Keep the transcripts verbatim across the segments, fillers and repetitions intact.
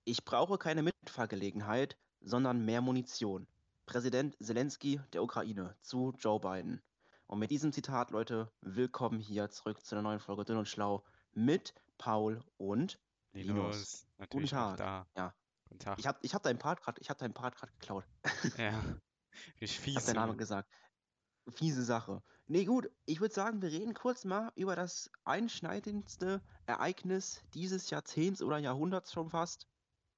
Ich brauche keine Mitfahrgelegenheit, sondern mehr Munition. Präsident Zelensky der Ukraine zu Joe Biden. Und mit diesem Zitat, Leute, willkommen hier zurück zu einer neuen Folge Dünn und Schlau mit Paul und Linus. Linus, Guten natürlich auch Tag. da. Ja, Guten Tag. ich hab, ich hab deinen Part gerade, ich hab deinen Part gerade geklaut. Ja, wie Ich hab fies, deinen Namen Junge. gesagt. Fiese Sache. Nee, gut, ich würde sagen, wir reden kurz mal über das einschneidendste Ereignis dieses Jahrzehnts oder Jahrhunderts schon fast.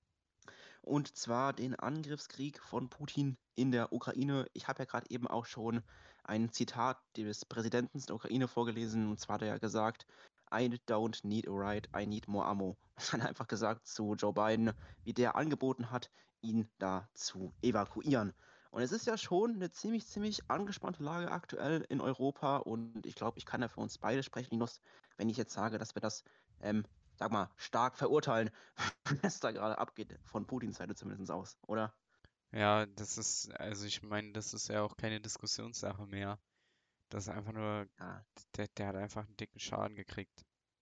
Und zwar den Angriffskrieg von Putin in der Ukraine. Ich habe ja gerade eben auch schon ein Zitat des Präsidenten der Ukraine vorgelesen. Und zwar hat er ja gesagt, I don't need a ride, I need more ammo. Das hat er einfach gesagt zu Joe Biden, wie der angeboten hat, ihn da zu evakuieren. Und es ist ja schon eine ziemlich, ziemlich angespannte Lage aktuell in Europa. Und ich glaube, ich kann da für uns beide sprechen, Linus, wenn ich jetzt sage, dass wir das, ähm, sag mal, stark verurteilen, was da gerade abgeht, von Putins Seite zumindest aus, oder? Ja, das ist, also ich meine, das ist ja auch keine Diskussionssache mehr. Das ist einfach nur, Ja, der, der hat einfach einen dicken Schaden gekriegt.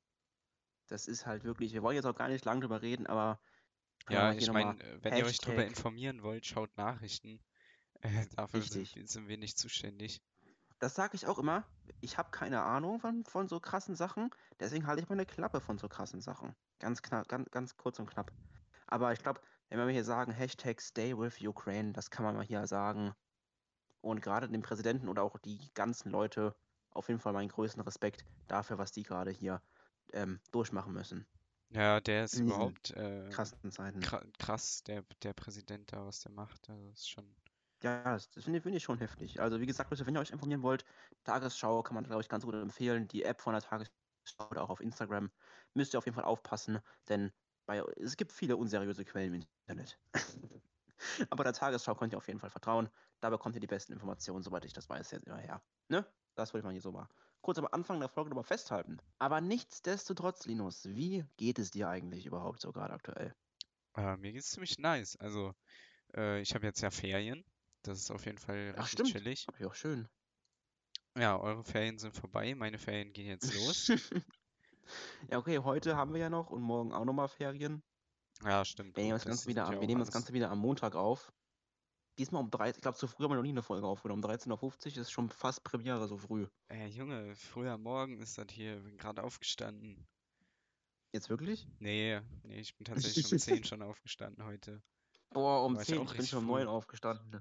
das ist halt wirklich, wir wollen jetzt auch gar nicht lang drüber reden, aber können wir Ja, mal hier ich nochmal meine, äh, wenn ihr euch drüber Hashtag informieren wollt, schaut Nachrichten. Äh, dafür sind, wichtig. wir- sind wir nicht zuständig. Das sage ich auch immer. Ich habe keine Ahnung von, von so krassen Sachen, deswegen halte ich meine Klappe von so krassen Sachen. Ganz knapp, ganz, ganz kurz und knapp. Aber ich glaube, wenn wir hier sagen, Hashtag Stay with Ukraine, das kann man mal hier sagen. Und gerade dem Präsidenten oder auch die ganzen Leute auf jeden Fall meinen größten Respekt dafür, was die gerade hier ähm, durchmachen müssen. Ja, der ist In diesen überhaupt äh, krassen Zeiten. kra- krass, der, der Präsident da, was der macht. Also das ist schon. Ja, das, das finde ich, finde ich schon heftig. Also wie gesagt, Leute, wenn ihr euch informieren wollt, Tagesschau kann man, glaube ich, ganz gut empfehlen. Die App von der Tagesschau oder auch auf Instagram müsst ihr auf jeden Fall aufpassen, denn bei, es gibt viele unseriöse Quellen im Internet. Aber der Tagesschau könnt ihr auf jeden Fall vertrauen. Da bekommt ihr die besten Informationen, soweit ich das weiß, jetzt immer her. Ne? Das wollte ich mal hier so mal kurz am Anfang der Folge nochmal festhalten. Aber nichtsdestotrotz, Linus, wie geht es dir eigentlich überhaupt so gerade aktuell? Äh, mir geht's ziemlich nice. Also, äh, ich habe jetzt ja Ferien. Das ist auf jeden Fall Ach, richtig stimmt. chillig. Hab ich auch schön. Ja, eure Ferien sind vorbei, meine Ferien gehen jetzt los. Ja, okay, heute haben wir ja noch und morgen auch nochmal Ferien. Ja, stimmt, Wir nehmen gut, das das Ganze wieder sind ja am, wir auch nehmen das alles. Ganze wieder am Montag auf. Diesmal um drei, ich glaube, so früh haben wir noch nie eine Folge aufgenommen. um dreizehn Uhr fünfzig ist schon fast Premiere, so früh. Äh, Junge, früher Morgen ist das hier, bin gerade aufgestanden. Jetzt wirklich? Nee, nee, ich bin tatsächlich um zehn schon aufgestanden heute. Boah, Da um war ich zehn. auch Ich bin richtig schon um neun früh. aufgestanden.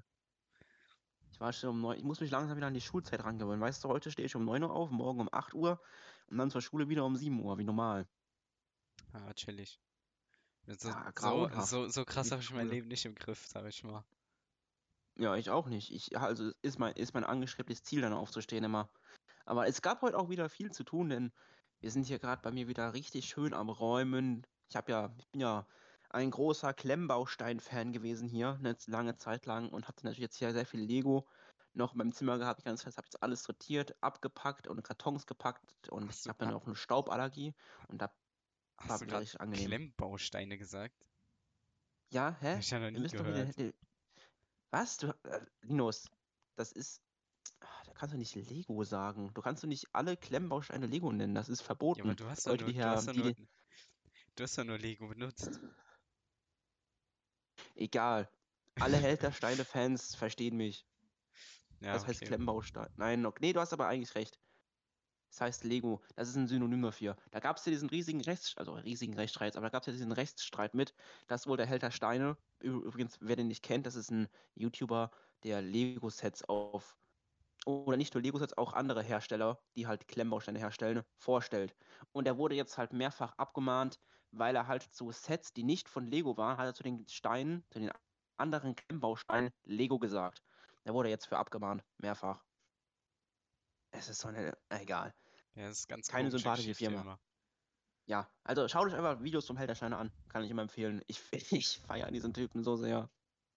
Ich war schon um neun. Ich muss mich langsam wieder an die Schulzeit rangewöhnen. Weißt du, heute stehe ich um neun Uhr auf, morgen um acht Uhr und dann zur Schule wieder um sieben Uhr, wie normal. Ja, chillig. So, Ja, so, grauenhaft. so, so krass Wie habe ich mein früher. Leben nicht im Griff, sag ich mal. Ja, ich auch nicht. Ich, also es ist mein, ist mein angestrebtes Ziel, dann aufzustehen immer. Aber es gab heute auch wieder viel zu tun, denn wir sind hier gerade bei mir wieder richtig schön am Räumen. Ich habe ja, ich bin ja ein großer Klemmbaustein-Fan gewesen hier, eine lange Zeit lang und hatte natürlich jetzt hier sehr viel Lego noch in meinem Zimmer gehabt. Ich ganz fest, habe jetzt alles sortiert, abgepackt und in Kartons gepackt und Hast ich du, habe dann ha, auch eine Stauballergie und da hast war du wieder gerade richtig angenehm. Klemmbausteine gesagt? Ja, Hab hä? ich ja noch Wir nie müssen doch wieder. gehört. Was? Du, äh, Linus, das ist. Ah, da kannst du nicht Lego sagen. Du kannst du nicht alle Klemmbausteine Lego nennen. Das ist Ja, aber verboten. du hast doch Leute, nur, die du hier, hast doch die, nur, die du hast doch nur Lego benutzt. egal. Alle Hältersteine-Fans verstehen mich. Ja, Das heißt okay. Klemmbaustein. Nein, okay. Nee, du hast aber eigentlich recht. Das heißt Lego. Das ist ein Synonym dafür. Da gab es ja diesen riesigen Rechts, also riesigen Rechtsstreit, aber da gab es ja diesen Rechtsstreit mit. Das wohl der Hälter Steine. Ü- Übrigens, wer den nicht kennt, das ist ein YouTuber, der Lego-Sets auf oder nicht nur Lego-Sets, auch andere Hersteller, die halt Klemmbausteine herstellen, vorstellt. Und er wurde jetzt halt mehrfach abgemahnt, weil er halt zu Sets, die nicht von Lego waren, hat er zu den Steinen, zu den anderen Klemmbausteinen Lego gesagt. Er wurde jetzt für abgemahnt, mehrfach. Es ist so eine, egal. Ja, das ist ganz Keine komische sympathische Geschichte Firma. immer. Ja, also schaut euch einfach Videos zum Held der Steine an. Kann ich immer empfehlen. Ich, ich feiere diesen Typen so sehr.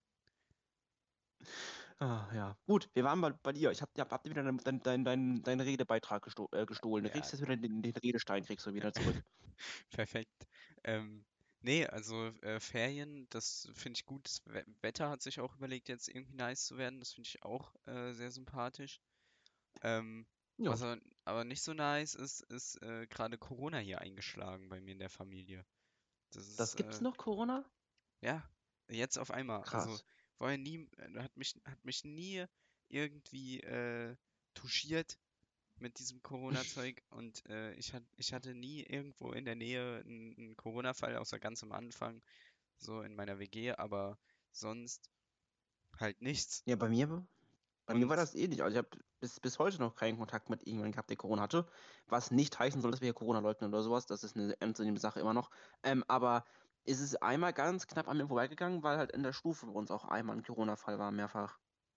Ah, ja. Gut, wir waren bei, bei dir. Ich hab, hab, hab dir wieder deinen dein, dein, dein, deinen Redebeitrag gesto äh, gestohlen. Du Ja, kriegst jetzt wieder den, den Redestein, kriegst du wieder zurück. perfekt. Ähm, nee, also äh, Ferien, das finde ich gut. Das We Wetter hat sich auch überlegt, jetzt irgendwie nice zu werden. Das finde ich auch äh, sehr sympathisch. Ähm, Ja, was aber, aber nicht so nice ist, ist äh, gerade Corona hier eingeschlagen bei mir in der Familie. Das ist, das gibt's äh, noch, Corona? Ja, jetzt auf einmal. Also Krass. vorher nie, äh, hat mich, hat mich nie irgendwie äh, touchiert mit diesem Corona-Zeug und äh, ich, hat, ich hatte nie irgendwo in der Nähe einen, einen Corona-Fall, außer ganz am Anfang, so in meiner W G, aber sonst halt nichts. Ja, bei mir, bei mir war Und das ähnlich. Also ich habe bis, bis heute noch keinen Kontakt mit irgendjemandem gehabt, der Corona hatte. Was nicht heißen soll, dass wir hier Corona leugnen oder sowas. Das ist eine ernstzunehmende Sache immer noch. Ähm, aber es ist einmal ganz knapp an mir vorbeigegangen, weil halt in der Stufe bei uns auch einmal ein Corona-Fall war, mehrfach.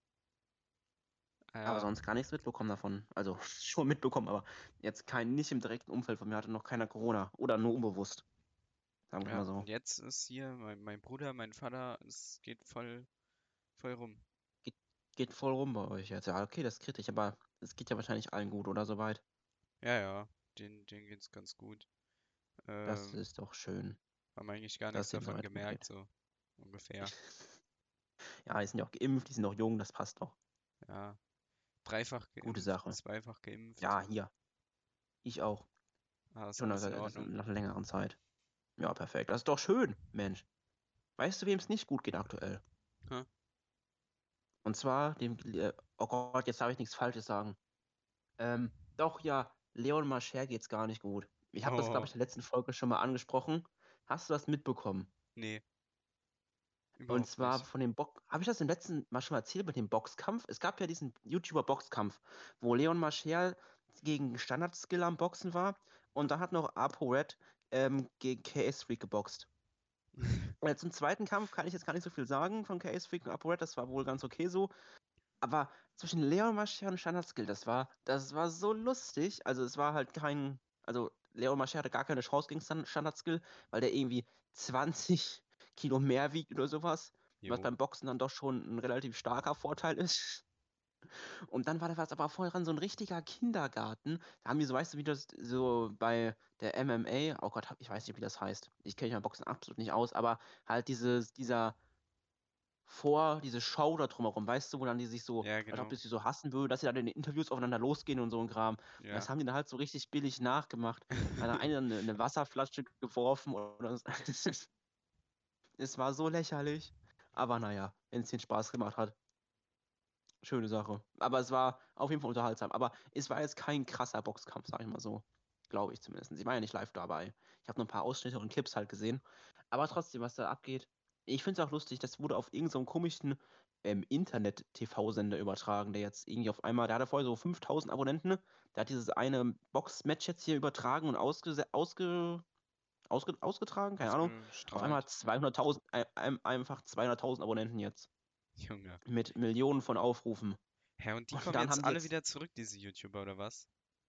Aber ja, sonst gar nichts mitbekommen davon. Also schon mitbekommen, aber jetzt kein, nicht im direkten Umfeld von mir hatte noch keiner Corona. Oder nur unbewusst. Sagen wir es ja, mal so. und jetzt ist hier mein, mein Bruder, mein Vater, es geht voll, voll rum. Geht, geht voll rum bei euch jetzt. Ja, okay, das ist kritisch, aber es geht ja wahrscheinlich allen gut oder soweit. Ja, ja, denen, denen geht's ganz gut. Das Ähm, ist doch schön, haben eigentlich gar dass nichts es denen davon soweit gut gemerkt, geht. so ungefähr. Ja, die sind ja auch geimpft, die sind auch jung, das passt doch. Ja, dreifach Gute geimpft, Sache. zweifach geimpft. Ja, hier. Ich auch. Ah, ist Schon nach, alles in das Ordnung. nach einer längeren Zeit. Ja, perfekt. Das ist doch schön, Mensch. Weißt du, wem es nicht gut geht aktuell? Hä? Und zwar dem, äh, oh Gott, jetzt darf ich nichts Falsches sagen. Ähm, doch, ja, Leon Mascher geht's gar nicht gut. Ich habe das, glaube Oh, ich, in der letzten Folge schon mal angesprochen. Hast du das mitbekommen? nee, Und überhaupt zwar nicht. von dem Bock, habe ich das im letzten Mal schon mal erzählt mit dem Boxkampf? Es gab ja diesen YouTuber-Boxkampf, wo Leon Mascher gegen Standard-Skill am Boxen war und da hat noch ApoRed ähm, gegen K S-Freak geboxt. Äh, zum zweiten Kampf kann ich jetzt gar nicht so viel sagen von K S-Freak und ApoRed, das war wohl ganz okay so. Aber zwischen Leon Mascher und Standard Skill, das war, das war so lustig. Also es war halt kein, also Leon Mascher hatte gar keine Chance gegen Stan- Standard Skill, weil der irgendwie zwanzig Kilo mehr wiegt oder sowas. Was Jo, beim Boxen dann doch schon ein relativ starker Vorteil ist. Und dann war da was aber vorher dran so ein richtiger Kindergarten. Da haben die so, weißt du, wie das so bei der M M A, oh Gott, ich weiß nicht, wie das heißt. Ich kenne mich beim Boxen absolut nicht aus, aber halt dieses, dieser vor diese Show da drumherum, weißt du, wo dann die sich so, ja, als ob genau. die sich so hassen würden, dass sie dann in den Interviews aufeinander losgehen und so ein Kram. Und Ja. das haben die dann halt so richtig billig nachgemacht. Da hat der eine eine, eine Wasserflasche geworfen oder so. Es war so lächerlich. Aber naja, wenn es den Spaß gemacht hat, schöne Sache. Aber es war auf jeden Fall unterhaltsam. Aber es war jetzt kein krasser Boxkampf, sag ich mal so. Glaube ich zumindest. Ich war ja nicht live dabei. Ich habe nur ein paar Ausschnitte und Clips halt gesehen. Aber trotzdem, was da abgeht. Ich finde es auch lustig, das wurde auf irgendeinem so komischen ähm, Internet-T V-Sender übertragen, der jetzt irgendwie auf einmal, der hatte vorher so fünftausend Abonnenten. Der hat dieses eine Box-Match jetzt hier übertragen und ausge ausge ausge ausgetragen, keine Ahnung. Auf einmal Ausgestrahlt. hat zweihunderttausend, ein, ein, einfach zweihunderttausend Abonnenten jetzt. Junge. Mit Millionen von Aufrufen. Hä, und die Und kommen dann jetzt haben die alle jetzt wieder zurück, diese YouTuber, oder was?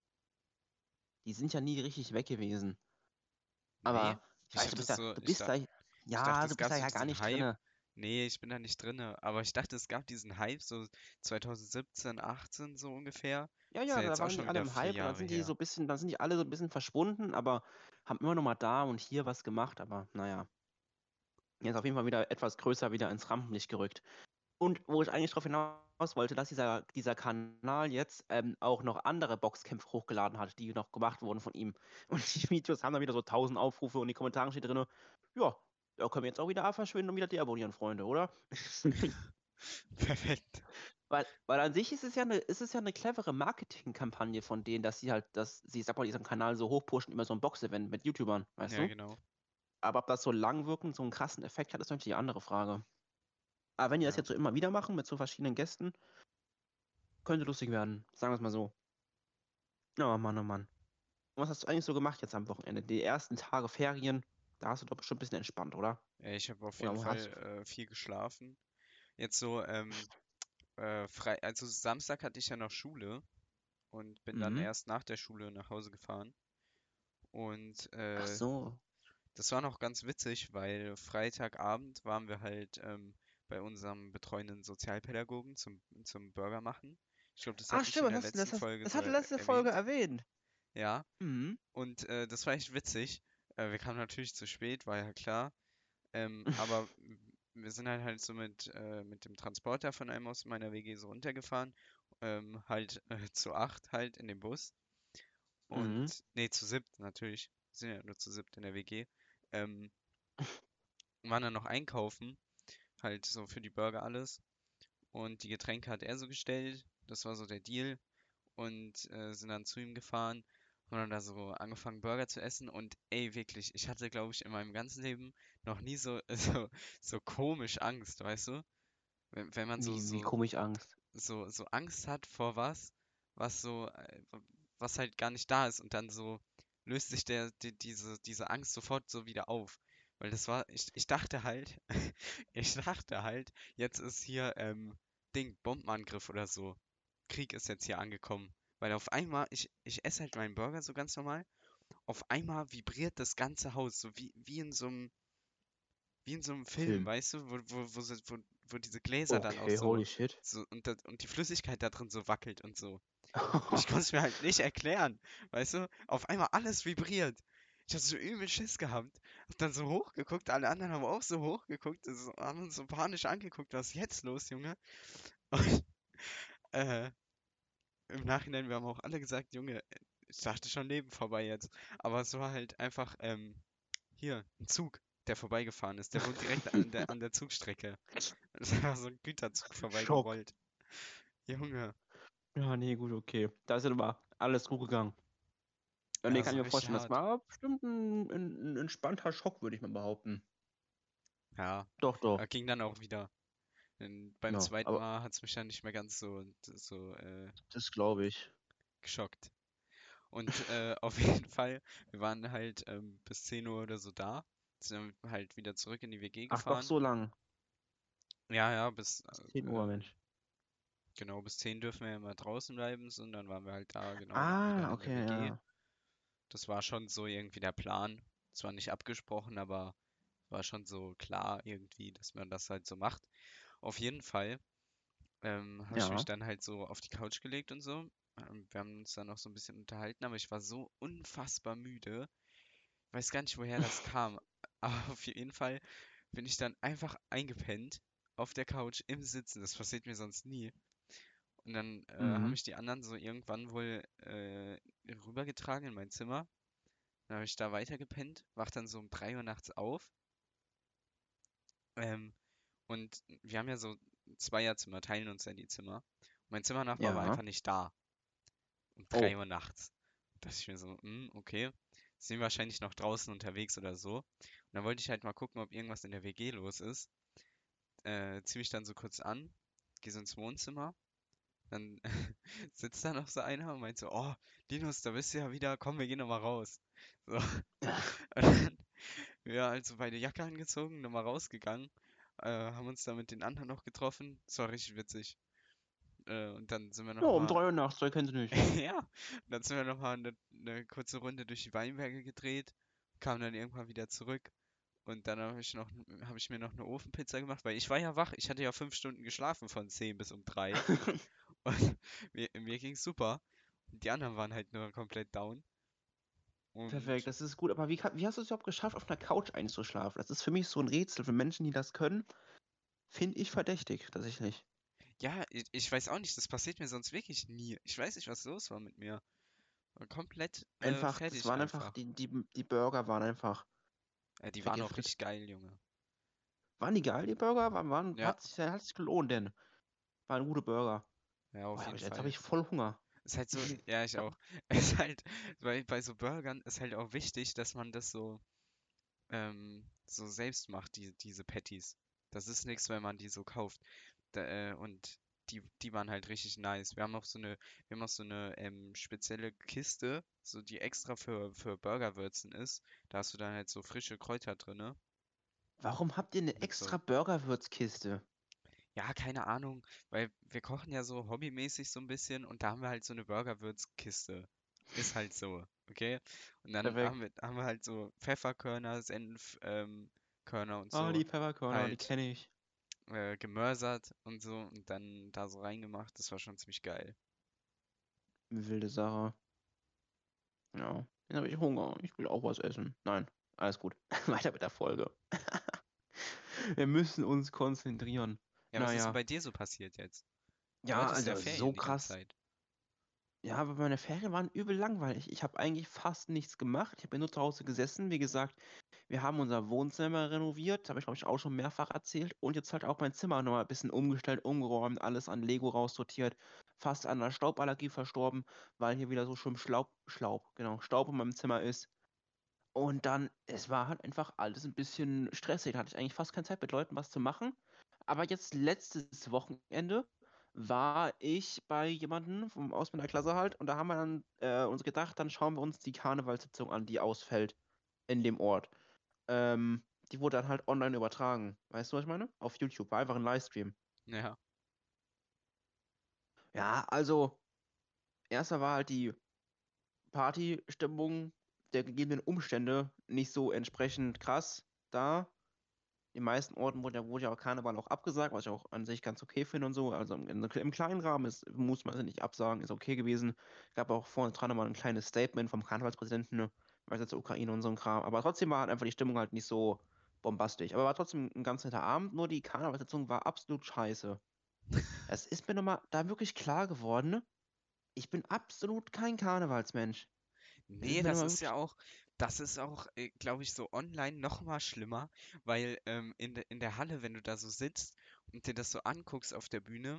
die sind ja nie richtig weg gewesen. Nee? Aber ich Ich weiß, du hatte bist da, so, du ich bist da, da, ich dachte, ja, du es bist gab da so ja gar diesen nicht Hype. drinne. Nee, ich bin da nicht drinne. Aber ich dachte, es gab diesen Hype so zwanzig siebzehn, achtzehn so ungefähr. Ja, Ist ja, ja da jetzt auch waren die schon alle wieder im vier Hype und dann Jahre sind die so her. ein bisschen, dann sind die alle so ein bisschen verschwunden, aber haben immer noch mal da und hier was gemacht, aber naja. Jetzt auf jeden Fall wieder etwas größer wieder ins Rampenlicht gerückt. Und wo ich eigentlich darauf hinaus wollte, dass dieser, dieser Kanal jetzt ähm, auch noch andere Boxkämpfe hochgeladen hat, die noch gemacht wurden von ihm. Und die Videos haben dann wieder so tausend Aufrufe und in die Kommentare steht drin, ja, da können wir jetzt auch wieder verschwinden und wieder deabonnieren, Freunde, oder? Perfekt. Weil, weil an sich ist es ja eine, ist es ja eine clevere Marketingkampagne von denen, dass sie halt, dass sie, sag mal, diesen Kanal so hochpushen, immer so ein Box-Event mit YouTubern, weißt Ja, du? genau. Aber ob das so langwirkend so einen krassen Effekt hat, ist natürlich die andere Frage. Aber wenn die das Ja. jetzt so immer wieder machen, mit so verschiedenen Gästen, könnte lustig werden. Sagen wir es mal so. Oh Mann, oh Mann. Und was hast du eigentlich so gemacht jetzt am Wochenende? Die ersten Tage Ferien, da hast du doch bestimmt ein bisschen entspannt, oder? Äh, Ich habe auf Oder jeden wo Fall hast du. äh, viel geschlafen. Jetzt so, ähm, äh, frei, also Samstag hatte ich ja noch Schule und bin dann Mhm. erst nach der Schule nach Hause gefahren. Und Ach äh, so. das war noch ganz witzig, weil Freitagabend waren wir halt ähm, bei unserem betreuenden Sozialpädagogen zum, zum Burger machen. Ich glaube, das Ah, hatte ich stimmt, in das der hast, das letzten hast, Folge das so hatte er letzte Folge erwähnt. erwähnt. Ja, Mhm. und äh, das war echt witzig. Äh, wir kamen natürlich zu spät, war ja klar. Ähm, aber w- wir sind halt halt so mit, äh, mit dem Transporter von einem aus meiner W G so runtergefahren. Ähm, halt äh, zu acht halt in dem Bus. Mhm. Und, nee, zu siebt natürlich. Wir sind ja nur zu siebt in der W G. Ähm, waren dann noch einkaufen, halt so für die Burger alles. Und die Getränke hat er so gestellt. Das war so der Deal. Und äh, sind dann zu ihm gefahren. Haben dann da so angefangen, Burger zu essen. Und ey, wirklich, ich hatte, glaube ich, in meinem ganzen Leben noch nie so, so, so komisch Angst, weißt du? Wenn, wenn man so, Wie, wie so, komisch Angst. so, so Angst hat vor was, was so, äh, was halt gar nicht da ist. Und dann so löst sich der, die, diese, diese Angst sofort so wieder auf. Weil das war, ich, ich dachte halt, ich dachte halt, jetzt ist hier, ähm, Ding, Bombenangriff oder so. Krieg ist jetzt hier angekommen. Weil auf einmal, ich, ich esse halt meinen Burger so ganz normal. Auf einmal vibriert das ganze Haus, so wie, wie in so einem, wie in so einem Film, Film. weißt du, wo, wo, wo, sie- wo, wo diese Gläser dann auch Okay, so, holy shit. so und, da, und die Flüssigkeit da drin so wackelt und so. Und ich konnte es mir halt nicht erklären, weißt du? Auf einmal alles vibriert. Ich hatte so übel Schiss gehabt. Hab dann so hochgeguckt, alle anderen haben auch so hochgeguckt, so, haben uns so panisch angeguckt, was ist jetzt los, Junge? Und äh, im Nachhinein, wir haben auch alle gesagt, Junge, ich dachte schon Leben vorbei jetzt. Aber es war halt einfach, ähm, hier, ein Zug, der vorbeigefahren ist. Der wohnt direkt an der, an der Zugstrecke. Es war so ein Güterzug Schock. vorbeigerollt. Junge, Ja, nee, gut, okay. Da ist ja aber alles gut gegangen. Ja, nee, ja, kann so ich mir richtig vorstellen. Das hart. war bestimmt ein, ein, ein entspannter Schock, würde ich mal behaupten. Ja, Doch, doch. äh, ging dann auch wieder. Denn beim Ja, zweiten aber Mal hat es mich dann nicht mehr ganz so, so äh, das glaube ich. geschockt. Und äh, auf jeden Fall, wir waren halt ähm, bis zehn Uhr oder so da. Sind dann halt wieder zurück in die W G Ach, doch gefahren. so lang. Ja, ja, bis, zehn äh, Uhr, ähm, Mensch. genau, bis zehn dürfen wir ja immer draußen bleiben. So, und dann waren wir halt da, genau, dann wieder Ah, in der okay, W G. ja. Das war schon so irgendwie der Plan. Zwar nicht abgesprochen, aber war schon so klar irgendwie, dass man das halt so macht. Auf jeden Fall ähm, habe ich mich Ja. dann halt so auf die Couch gelegt und so. Ähm, wir haben uns dann noch so ein bisschen unterhalten, aber ich war so unfassbar müde. Ich weiß gar nicht, woher das kam. Aber auf jeden Fall bin ich dann einfach eingepennt auf der Couch im Sitzen. Das passiert mir sonst nie. Und dann äh, haben Mhm. mich die anderen so irgendwann wohl äh, rübergetragen in mein Zimmer. Dann habe ich da weitergepennt, wach dann so um drei Uhr nachts auf. Ähm, und wir haben ja so Zweierzimmer, teilen uns ja die Zimmer. Und mein Zimmernachbar war Ja. einfach nicht da. Um drei Oh, Uhr nachts. Da dachte ich mir so, hm, okay. Sind wahrscheinlich noch draußen unterwegs oder so. Und dann wollte ich halt mal gucken, ob irgendwas in der W G los ist. Äh, zieh mich dann so kurz an, gehe so ins Wohnzimmer. Dann sitzt da noch so einer und meint so, oh, Linus, da bist du ja wieder, komm, wir gehen noch mal raus. So. Und dann wir also beide Jacke angezogen, nochmal rausgegangen, äh, haben uns da mit den anderen noch getroffen. Das war richtig witzig. Äh, und dann sind wir ja, um nochmal, drei Uhr nachts, wer kennt's nicht. ja, und dann sind wir nochmal eine, eine kurze Runde durch die Weinberge gedreht, kamen dann irgendwann wieder zurück. Und dann habe ich noch, habe ich mir noch eine Ofenpizza gemacht, weil ich war ja wach. Ich hatte ja fünf Stunden geschlafen von zehn bis um drei. Und mir, mir ging's super. Die anderen waren halt nur komplett down. Perfekt, Und das ist gut. Aber wie, kann- wie hast du es überhaupt geschafft, auf einer Couch einzuschlafen? Das ist für mich so ein Rätsel. Für Menschen, die das können, finde ich verdächtig, tatsächlich. ja, ich, ich weiß auch nicht, das passiert mir sonst wirklich nie. Ich weiß nicht, was los war mit mir. War komplett äh, Einfach, das fertig waren einfach, einfach. die, die, die Burger waren einfach Äh, die waren auch vergiftet. richtig geil, Junge. Waren die geil, die Burger? Waren, waren, Ja, hat sich, hat sich gelohnt, denn? Waren gute Burger. ja, Oh, auf jeden jetzt jetzt habe Fall. ich voll Hunger. Ist halt so, ja, ich Ja, auch. Es ist halt, bei, bei so Burgern ist halt auch wichtig, dass man das so, ähm, so selbst macht, die, diese Patties. Das ist nichts, wenn man die so kauft. Da, äh, und die, die waren halt richtig nice. Wir haben auch so eine, wir haben auch so eine ähm, spezielle Kiste, so die extra für, für Burgerwürzen ist. Da hast du dann halt so frische Kräuter drinne warum habt ihr eine und so. extra Burgerwürzkiste? Ja, keine Ahnung, weil wir kochen ja so hobbymäßig so ein bisschen und da haben wir halt so eine Burgerwürzkiste. Ist halt so, okay? Und dann haben Perfekt. wir, haben wir halt so Pfefferkörner, Senf, ähm, Körner und Ah, so die Pfefferkörner, die halt kenne ich. äh, gemörsert und so und dann da so reingemacht. Das war schon ziemlich geil. Wilde Sache. Ja, jetzt habe ich Hunger. Ich will auch was essen. Nein, alles gut. Weiter mit der Folge. Wir müssen uns konzentrieren. Ja, was ist denn Naja, bei dir so passiert jetzt? Du ja, hattest ja also so Ferien die ganze krass. Zeit. Ja, aber meine Ferien waren übel langweilig. Ich habe eigentlich fast nichts gemacht. Ich habe ja nur zu Hause gesessen. Wie gesagt, wir haben unser Wohnzimmer renoviert. Habe ich, glaube ich, auch schon mehrfach erzählt. Und jetzt halt auch mein Zimmer nochmal ein bisschen umgestellt, umgeräumt, alles an Lego raussortiert. Fast an der Stauballergie verstorben, weil hier wieder so schön Schlaub, Schlaub, genau, Staub in meinem Zimmer ist. Und dann, es war halt einfach alles ein bisschen stressig. Da hatte ich eigentlich fast keine Zeit mit Leuten was zu machen. Aber jetzt letztes Wochenende war ich bei jemandem vom, aus meiner Klasse halt und da haben wir dann äh, uns gedacht, dann schauen wir uns die Karnevalssitzung an, die ausfällt in dem Ort. Ähm, Die wurde dann halt online übertragen. Weißt du, was ich meine? Auf YouTube. War einfach ein Livestream. Ja. Ja, also, erster war halt die Partystimmung der gegebenen Umstände nicht so entsprechend krass da. Die meisten Orten wurde ja, wurde ja auch Karneval auch abgesagt, was ich auch an sich ganz okay finde und so. Also im, im kleinen Rahmen ist, muss man es nicht absagen, ist okay gewesen. Gab auch vorne dran nochmal ein kleines Statement vom Karnevalspräsidenten, ne, weil es zur Ukraine und so ein Kram. Aber trotzdem war halt einfach die Stimmung halt nicht so bombastisch. Aber war trotzdem ein ganz netter Abend, nur die Karnevalssitzung war absolut scheiße. Es ist mir nochmal da wirklich klar geworden, ich bin absolut kein Karnevalsmensch. Es ist Nee, mir das nochmal ist ja wirklich. auch, das ist auch, äh, glaube ich, so online noch mal schlimmer, weil ähm, in, de, in der Halle, wenn du da so sitzt und dir das so anguckst auf der Bühne,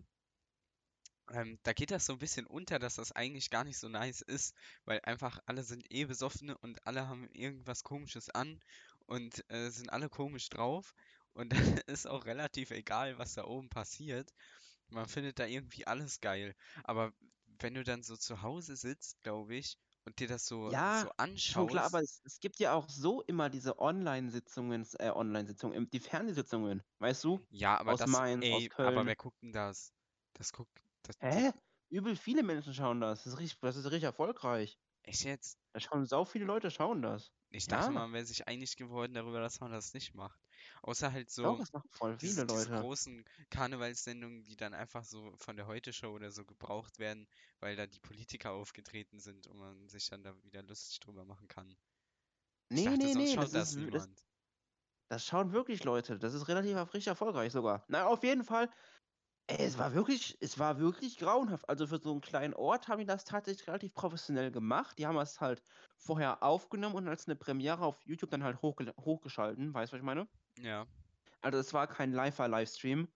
ähm, da geht das so ein bisschen unter, dass das eigentlich gar nicht so nice ist, weil einfach alle sind eh besoffen und alle haben irgendwas Komisches an und äh, sind alle komisch drauf und dann ist auch relativ egal, was da oben passiert. Man findet da irgendwie alles geil. Aber wenn du dann so zu Hause sitzt, glaube ich, und dir das so, so Ja, schon klar, anschaust, aber es, es gibt ja auch so immer diese Online-Sitzungen, äh, Online-Sitzungen, ähm, die Fernsehsitzungen, weißt du? ja, aber Aus das, Mainz, aus ey, aber Köln. wer guckt denn das? Das guckt, das, das, Hä? Übel viele Menschen schauen das. Das ist richtig, das ist richtig erfolgreich. echt jetzt? Da schauen sau viele Leute schauen das. Ich dachte, Ja, man wäre sich einig geworden darüber, dass man das nicht macht. Außer halt doch, so das machen voll diese, viele diese Leute. großen Karnevalssendungen, die dann einfach so von der Heute-Show oder so gebraucht werden, weil da die Politiker aufgetreten sind und man sich dann da wieder lustig drüber machen kann. Ich Nee, dachte, nee, sonst nee, das schaut ist, das w- das, niemand. das schauen wirklich Leute. Das ist relativ richtig erfolgreich sogar. Na, auf jeden Fall. Ey, es war wirklich, es war wirklich grauenhaft. Also für so einen kleinen Ort haben die das tatsächlich relativ professionell gemacht. Die haben es halt vorher aufgenommen und als eine Premiere auf YouTube dann halt hochge hochgeschalten. Weißt du, was ich meine? Ja. Also es war kein Live-Livestream.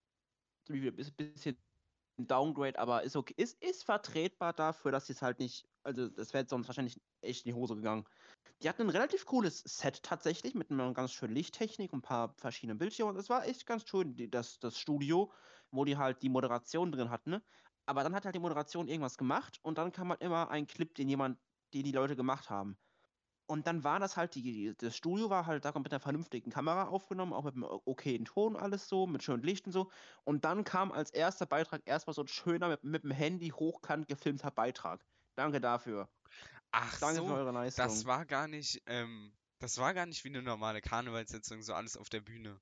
Ein bisschen Downgrade, aber ist okay. Ist, ist vertretbar dafür, dass sie es halt nicht. Also, das wäre sonst wahrscheinlich echt in die Hose gegangen. Die hatten ein relativ cooles Set tatsächlich mit einer ganz schönen Lichttechnik und ein paar verschiedenen Bildschirmen. Das war echt ganz schön, die, das, das Studio, wo die halt die Moderation drin hatten. Ne? Aber dann hat halt die Moderation irgendwas gemacht und dann kam halt immer ein Clip, den jemand, den die Leute gemacht haben. Und dann war das halt, die, das Studio war halt da mit einer vernünftigen Kamera aufgenommen, auch mit einem okayen Ton, alles so, mit schönem Licht und so. Und dann kam als erster Beitrag erstmal so ein schöner, mit, mit dem Handy hochkant gefilmter Beitrag. Danke dafür. Ach Danke für so, eure das Leistung. war gar nicht, ähm, das war gar nicht wie eine normale Karnevalssitzung, so alles auf der Bühne.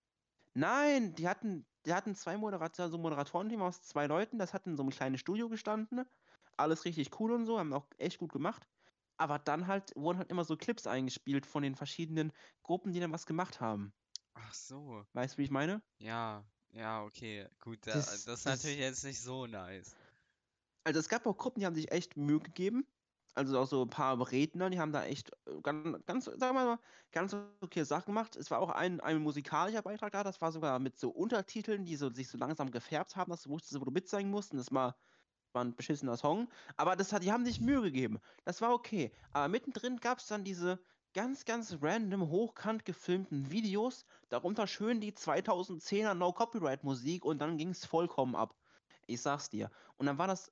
Nein, die hatten, die hatten zwei Moderatoren, so ein Moderatorenteam aus zwei Leuten, das hat in so einem kleinen Studio gestanden. Alles richtig cool und so, haben auch echt gut gemacht. Aber dann halt wurden halt immer so Clips eingespielt von den verschiedenen Gruppen, die dann was gemacht haben. Ach so, Weißt du, wie ich meine? ja, ja, okay, gut, da, Das, das ist natürlich das, jetzt nicht so nice. Also es gab auch Gruppen, die haben sich echt Mühe gegeben. Also auch so ein paar Redner, die haben da echt äh, ganz, ganz, sagen wir mal, ganz okay Sachen gemacht. Es war auch ein, ein musikalischer Beitrag da, das war sogar mit so Untertiteln, die so, sich so langsam gefärbt haben, dass du wusstest, wo du mit sein musst. Und das war, war ein beschissener Song. Aber das hat, die haben sich Mühe gegeben. Das war okay. Aber mittendrin gab es dann diese ganz, ganz random, hochkant gefilmten Videos. Darunter schön die zweitausendzehner No-Copyright-Musik und dann ging es vollkommen ab. Ich sag's dir. Und dann war das.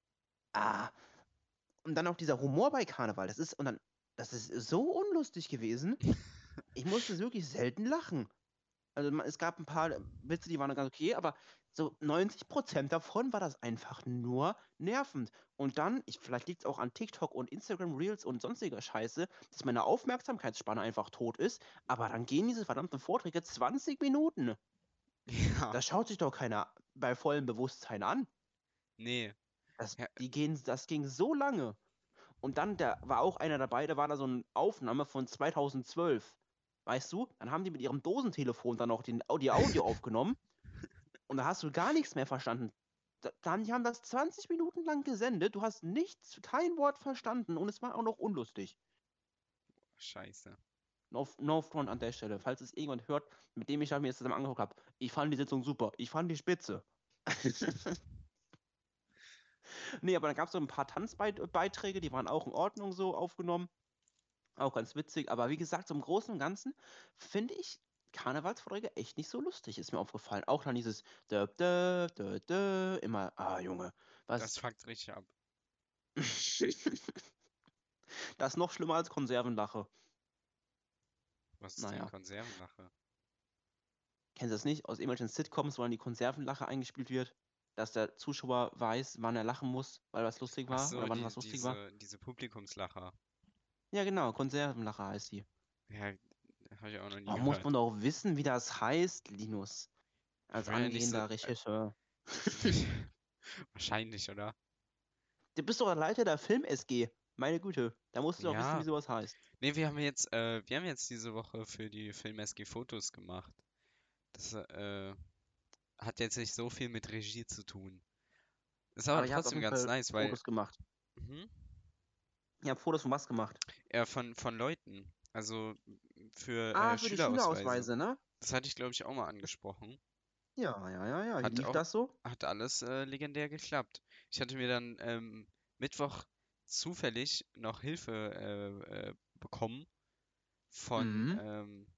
Ah, und dann auch dieser Humor bei Karneval, das ist, und dann, das ist so unlustig gewesen. Ich musste wirklich selten lachen. Also ma- es gab ein paar Witze, die waren ganz okay, aber so neunzig Prozent davon war das einfach nur nervend. Und dann, ich, vielleicht liegt es auch an TikTok und Instagram Reels und sonstiger Scheiße, dass meine Aufmerksamkeitsspanne einfach tot ist, aber dann gehen diese verdammten Vorträge zwanzig Minuten. Ja, Das schaut sich doch keiner bei vollem Bewusstsein an. nee, Das, ja, die gehen, das ging so lange. Und dann, da war auch einer dabei, da war da so eine Aufnahme von zweitausendzwölf. Weißt du? Dann haben die mit ihrem Dosentelefon dann noch den, die Audio aufgenommen und da hast du gar nichts mehr verstanden. Da- Dann, die haben das zwanzig Minuten lang gesendet, du hast nichts, kein Wort verstanden und es war auch noch unlustig. Scheiße. No, no front an der Stelle, falls es irgendjemand hört, mit dem ich mir jetzt zusammen angeguckt habe. Ich fand die Sitzung super, ich fand die spitze. Nee, aber dann gab es so ein paar Tanzbeiträge, die waren auch in Ordnung so aufgenommen. Auch ganz witzig. Aber wie gesagt, so im Großen und Ganzen finde ich Karnevalsvorträge echt nicht so lustig, ist mir aufgefallen. Auch dann dieses dö, dö, dö, dö, immer, ah Junge, was. Das fuckt richtig ab. Das ist noch schlimmer als Konservenlache. Was ist denn Naja, Konservenlache? kennst du das nicht? Aus irgendwelchen Sitcoms, wo dann die Konservenlache eingespielt wird, dass der Zuschauer weiß, wann er lachen muss, weil was lustig Ach war so, oder wann die, was lustig war. diese, diese Publikumslacher. Ja, genau, Konservenlache heißt die. Ja, habe ich auch noch nie Oh, muss gehört. man doch wissen, wie das heißt, Linus, Ich als bin ja nicht so. angehender Regisseur. Wahrscheinlich, oder? Du bist doch der Leiter der Film-S G. Meine Güte, da musst du doch wissen, wie Ja. sowas heißt. Nee, wir haben jetzt, äh, wir haben jetzt diese Woche für die Film S G Fotos gemacht. Das, äh, hat jetzt nicht so viel mit Regie zu tun. Ist aber Aber ihr habt auf trotzdem jeden ganz Fall nice, weil, Fotos gemacht. mhm, Ihr habt Fotos von was gemacht? ja, von, von Leuten. Also für Ah, äh, für die Schülerausweise. Schülerausweise, ne? Das hatte ich, glaube ich, auch mal angesprochen. Ja, ja, ja, ja. Wie Hat lief auch, das so? hat alles äh, legendär geklappt. Ich hatte mir dann ähm, Mittwoch zufällig noch Hilfe äh, äh, bekommen von, Mhm. ähm,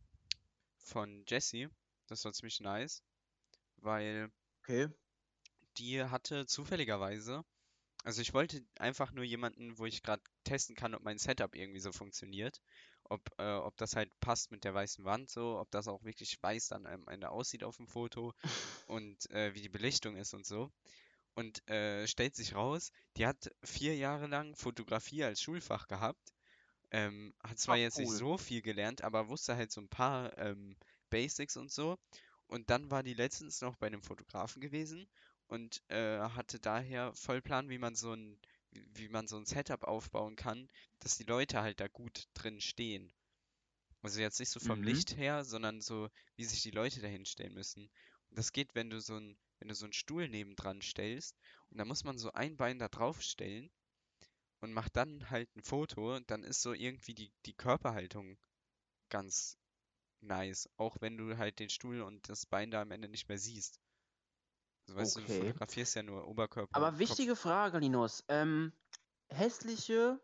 von Jessie. Das war ziemlich nice, weil Okay. die hatte zufälligerweise, also ich wollte einfach nur jemanden, wo ich gerade testen kann, ob mein Setup irgendwie so funktioniert. Ob, äh, ob das halt passt mit der weißen Wand so, ob das auch wirklich weiß dann am Ende aussieht auf dem Foto und äh, wie die Belichtung ist und so. Und äh, stellt sich raus, die hat vier Jahre lang Fotografie als Schulfach gehabt. Ähm, hat zwar Ach, jetzt nicht cool. so viel gelernt, aber wusste halt so ein paar ähm, Basics und so. Und dann war die letztens noch bei einem Fotografen gewesen und äh, hatte daher voll Plan, wie man so ein, wie wie man so ein Setup aufbauen kann, dass die Leute halt da gut drin stehen. Also jetzt nicht so vom Mhm. Licht her, sondern so, wie sich die Leute da hinstellen müssen. Und das geht, wenn du so ein, wenn du so einen Stuhl nebendran stellst und da muss man so ein Bein da drauf stellen und macht dann halt ein Foto, dann ist so irgendwie die, die Körperhaltung ganz nice. Auch wenn du halt den Stuhl und das Bein da am Ende nicht mehr siehst. Also weißt du, du Okay. fotografierst ja nur Oberkörper Aber und Kopf. wichtige Frage, Linus. Ähm, hässliche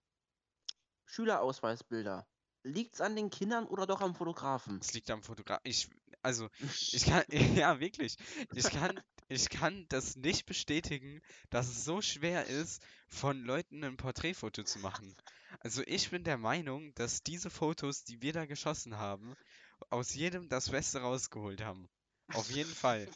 Schülerausweisbilder. Liegt's an den Kindern oder doch am Fotografen? Es liegt am Fotograf. Ich, also, ich kann, ja, wirklich. Ich kann, ich kann das nicht bestätigen, dass es so schwer ist, von Leuten ein Porträtfoto zu machen. Also, ich bin der Meinung, dass diese Fotos, die wir da geschossen haben, aus jedem das Beste rausgeholt haben. Auf jeden Fall.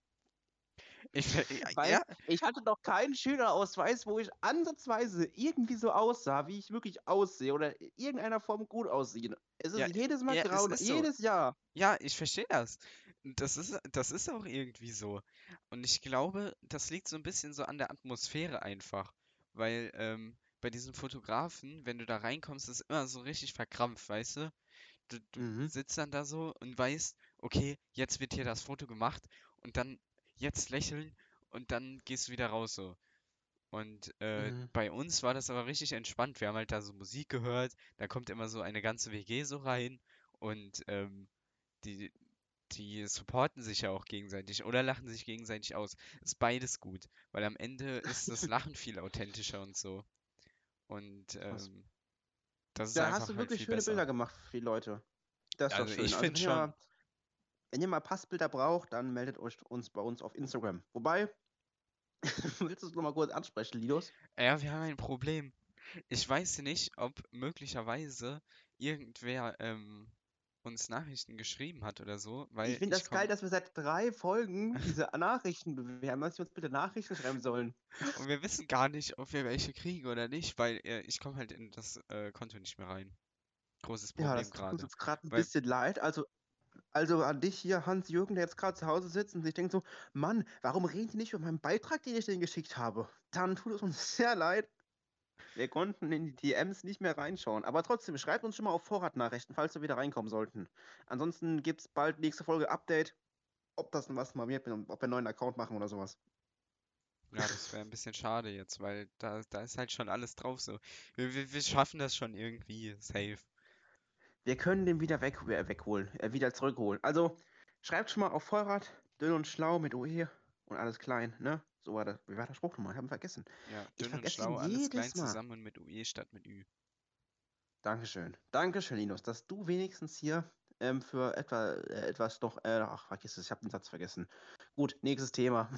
Ich, ver- ja, Weil ja, ich hatte noch keinen Schülerausweis, wo ich ansatzweise irgendwie so aussah, wie ich wirklich aussehe oder in irgendeiner Form gut aussehe. Es ist ja, jedes Mal ja, es grau, ist so. jedes Jahr. Ja, ich verstehe das. Und Das ist, das ist auch irgendwie so. Und ich glaube, das liegt so ein bisschen so an der Atmosphäre einfach. Weil ähm, bei diesen Fotografen, wenn du da reinkommst, ist immer so richtig verkrampft, weißt du? Du, du Mhm. sitzt dann da so und weißt, okay, jetzt wird hier das Foto gemacht und dann jetzt lächeln und dann gehst du wieder raus so. Und äh, Mhm. bei uns war das aber richtig entspannt. Wir haben halt da so Musik gehört, da kommt immer so eine ganze W G so rein und ähm, die, die supporten sich ja auch gegenseitig oder lachen sich gegenseitig aus. Ist beides gut, weil am Ende ist das Lachen viel authentischer und so. Und Krass. ähm, das ist Da hast einfach du halt wirklich viel schöne besser. Bilder gemacht für die Leute. Das ist doch Also schön. ich Also finde wenn ihr schon, mal, wenn ihr mal Passbilder braucht, dann meldet euch uns bei uns auf Instagram. Wobei, willst du es nochmal kurz ansprechen, Linus? ja, wir haben ein Problem. Ich weiß nicht, ob möglicherweise irgendwer ähm, uns Nachrichten geschrieben hat oder so, Ich weil finde ich das geil, komme dass wir seit drei Folgen diese Nachrichten bewerben, dass sie uns bitte Nachrichten schreiben sollen. und wir wissen gar nicht, ob wir welche kriegen oder nicht, weil äh, ich komme halt in das äh, Konto nicht mehr rein. Großes Ja, Problem das tut uns gerade. jetzt gerade ein Weil bisschen leid. Also, also an dich hier, Hans-Jürgen, der jetzt gerade zu Hause sitzt und sich denkt so, Mann, warum reden die nicht über meinen Beitrag, den ich denen geschickt habe? Dann tut es uns sehr leid. Wir konnten in die D Ms nicht mehr reinschauen. Aber trotzdem, schreibt uns schon mal auf Vorratnachrichten, falls wir wieder reinkommen sollten. Ansonsten gibt es bald nächste Folge Update, ob das was mal wird, ob wir einen neuen Account machen oder sowas. Ja, das wäre ein bisschen schade jetzt, weil da, da ist halt schon alles drauf so. Wir, wir, wir schaffen das schon irgendwie, safe. Wir können den wieder weg, äh, wegholen, äh, wieder zurückholen. Also, schreibt schon mal auf Vorrat, dünn und schlau mit O E und alles klein, ne? So war das. Wie war der Spruch nochmal? Ich hab ihn vergessen. Ja, Ich dünn und vergesse ihn schlau, alles klein jedes Mal. zusammen und mit U E statt mit Ü. Dankeschön. Dankeschön, Linus, dass du wenigstens hier ähm, für etwa, äh, etwas noch. Äh, ach, vergiss es, ich habe den Satz vergessen. Gut, nächstes Thema.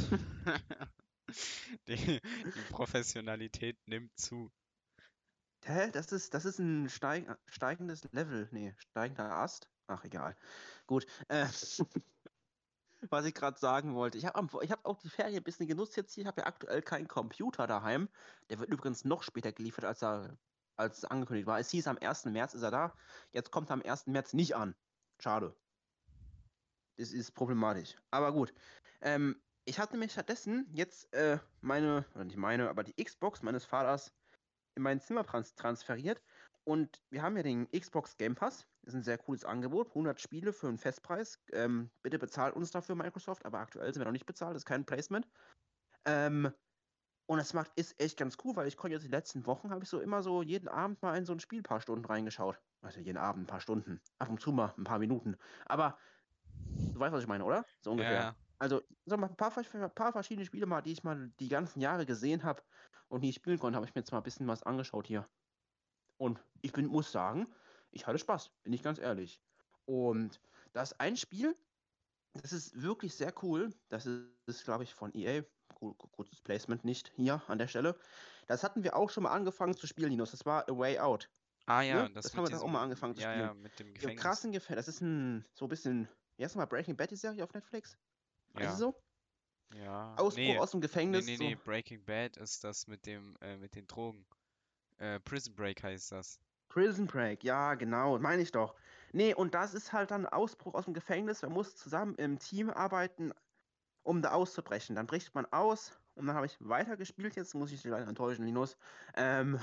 Die, die Professionalität nimmt zu. Hä? Das ist, das ist ein steig, steigendes Level. Nee, steigender Ast. Ach, egal. Gut. Äh, was ich gerade sagen wollte. Ich habe am- ich hab auch die Ferien ein bisschen genutzt jetzt hier. Ich habe ja aktuell keinen Computer daheim. Der wird übrigens noch später geliefert, als er als es angekündigt war. Es hieß, am ersten März ist er da. Jetzt kommt er am ersten März nicht an. Schade. Das ist problematisch. Aber gut. Ähm, ich hatte mir stattdessen jetzt äh, meine, oder nicht meine, aber die Xbox meines Vaters in mein Zimmer trans transferiert. Und wir haben ja den Xbox Game Pass. Das ist ein sehr cooles Angebot. hundert Spiele für einen Festpreis. Ähm, bitte bezahlt uns dafür, Microsoft. Aber aktuell sind wir noch nicht bezahlt. Das ist kein Placement. Ähm, und das macht, ist echt ganz cool, weil ich konnte jetzt die letzten Wochen, habe ich so immer so jeden Abend mal in so ein Spiel ein paar Stunden reingeschaut. Also jeden Abend ein paar Stunden. Ab und zu mal ein paar Minuten. Aber du weißt, was ich meine, oder? So Ja, ungefähr. ja. Also, sag mal, ein paar, vers- ein paar verschiedene Spiele mal, die ich mal die ganzen Jahre gesehen habe und nie spielen konnte, habe ich mir jetzt mal ein bisschen was angeschaut hier. Und ich bin, muss sagen, ich hatte Spaß, bin ich ganz ehrlich. Und das ist ein Spiel, das ist wirklich sehr cool. Das ist, ist glaube ich, von E A. Ku- ku- Kurzes Placement nicht hier an der Stelle. Das hatten wir auch schon mal angefangen zu spielen, Linus. Das war A Way Out. Ah Ne? ja, das Das haben mit wir doch auch mal diesem, angefangen zu ja, spielen. ja, mit dem Im Gefängnis. krassen Gefängnis. Das ist ein so ein bisschen, wie heißt mal Breaking Bad, die Serie auf Netflix? Weißt du Ja, so? ja. Ausbruch Nee, aus dem nee, Gefängnis, nee, so. nee, Breaking Bad ist das mit dem, äh, mit den Drogen. Äh, Prison Break heißt das. Prison Break, ja, genau, meine ich doch. Nee, und das ist halt dann Ausbruch aus dem Gefängnis. Man muss zusammen im Team arbeiten, um da auszubrechen. Dann bricht man aus und dann habe ich weitergespielt. Jetzt muss ich dich leider enttäuschen, Linus. Ähm,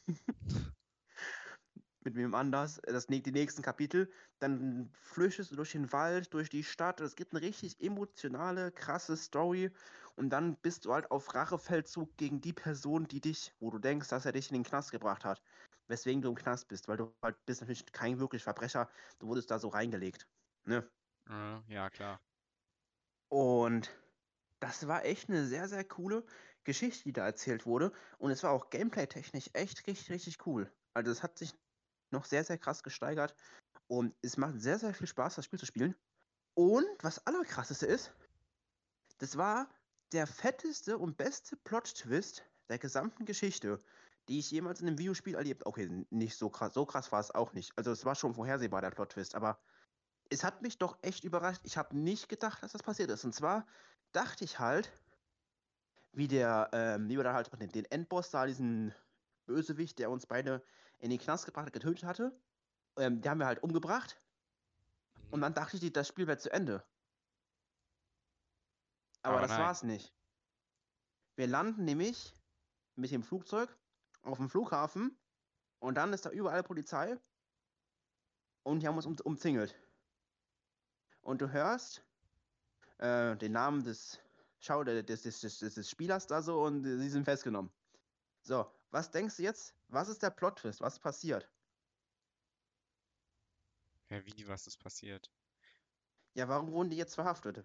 mit wem anders. Das, nä- die nächsten Kapitel. Dann flüchtest du durch den Wald, durch die Stadt. Es gibt eine richtig emotionale, krasse Story. Und dann bist du halt auf Rachefeldzug gegen die Person, die dich, wo du denkst, dass er dich in den Knast gebracht hat. Weswegen du im Knast bist, weil du halt bist natürlich kein wirklich Verbrecher. Du wurdest da so reingelegt. Ne? Äh, ja, klar. Und das war echt eine sehr, sehr coole Geschichte, die da erzählt wurde. Und es war auch gameplay-technisch echt richtig, richtig cool. Also es hat sich noch sehr, sehr krass gesteigert. Und es macht sehr, sehr viel Spaß, das Spiel zu spielen. Und was allerkrasseste ist, das war der fetteste und beste Plot-Twist der gesamten Geschichte, die ich jemals in einem Videospiel erlebt habe. Okay, nicht so krass, so krass war es auch nicht. Also es war schon vorhersehbar, der Plot-Twist, aber es hat mich doch echt überrascht. Ich habe nicht gedacht, dass das passiert ist. Und zwar dachte ich halt, wie der, ähm, wie wir da halt den, den Endboss da, diesen Bösewicht, der uns beide in den Knast gebracht hat, getötet hatte, ähm, die haben wir halt umgebracht. Und Mhm. dann dachte ich, das Spiel wäre zu Ende. Aber Aber das nein. war's nicht. Wir landen nämlich mit dem Flugzeug auf dem Flughafen und dann ist da überall Polizei und die haben uns um, umzingelt. Und du hörst äh, den Namen des, Schau des, des, des, des, des Spielers da so und sie sind festgenommen. So, was denkst du jetzt? Was ist der Plot-Twist? Was passiert? Ja, wie, was ist passiert? Ja, warum wurden die jetzt verhaftet?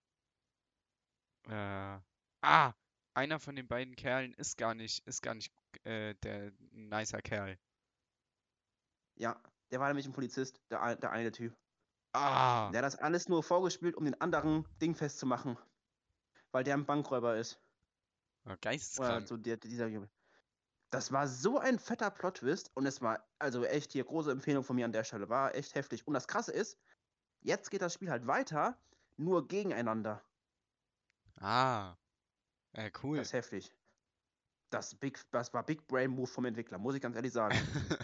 Äh, ah! Einer von den beiden Kerlen ist gar nicht, ist gar nicht äh, der nicer Kerl. Ja, der war nämlich ein Polizist, der, ein- der eine Typ. Ah! Der hat das alles nur vorgespielt, um den anderen Ding festzumachen, weil der ein Bankräuber ist. War Oder geisteskrank. so der, dieser Das war so ein fetter Plot-Twist und es war also echt hier große Empfehlung von mir an der Stelle. War echt heftig. Und das Krasse ist, jetzt geht das Spiel halt weiter, nur gegeneinander. Ah, äh, Das cool. ist heftig. Das, Big, das war Big Brain Move vom Entwickler, muss ich ganz ehrlich sagen.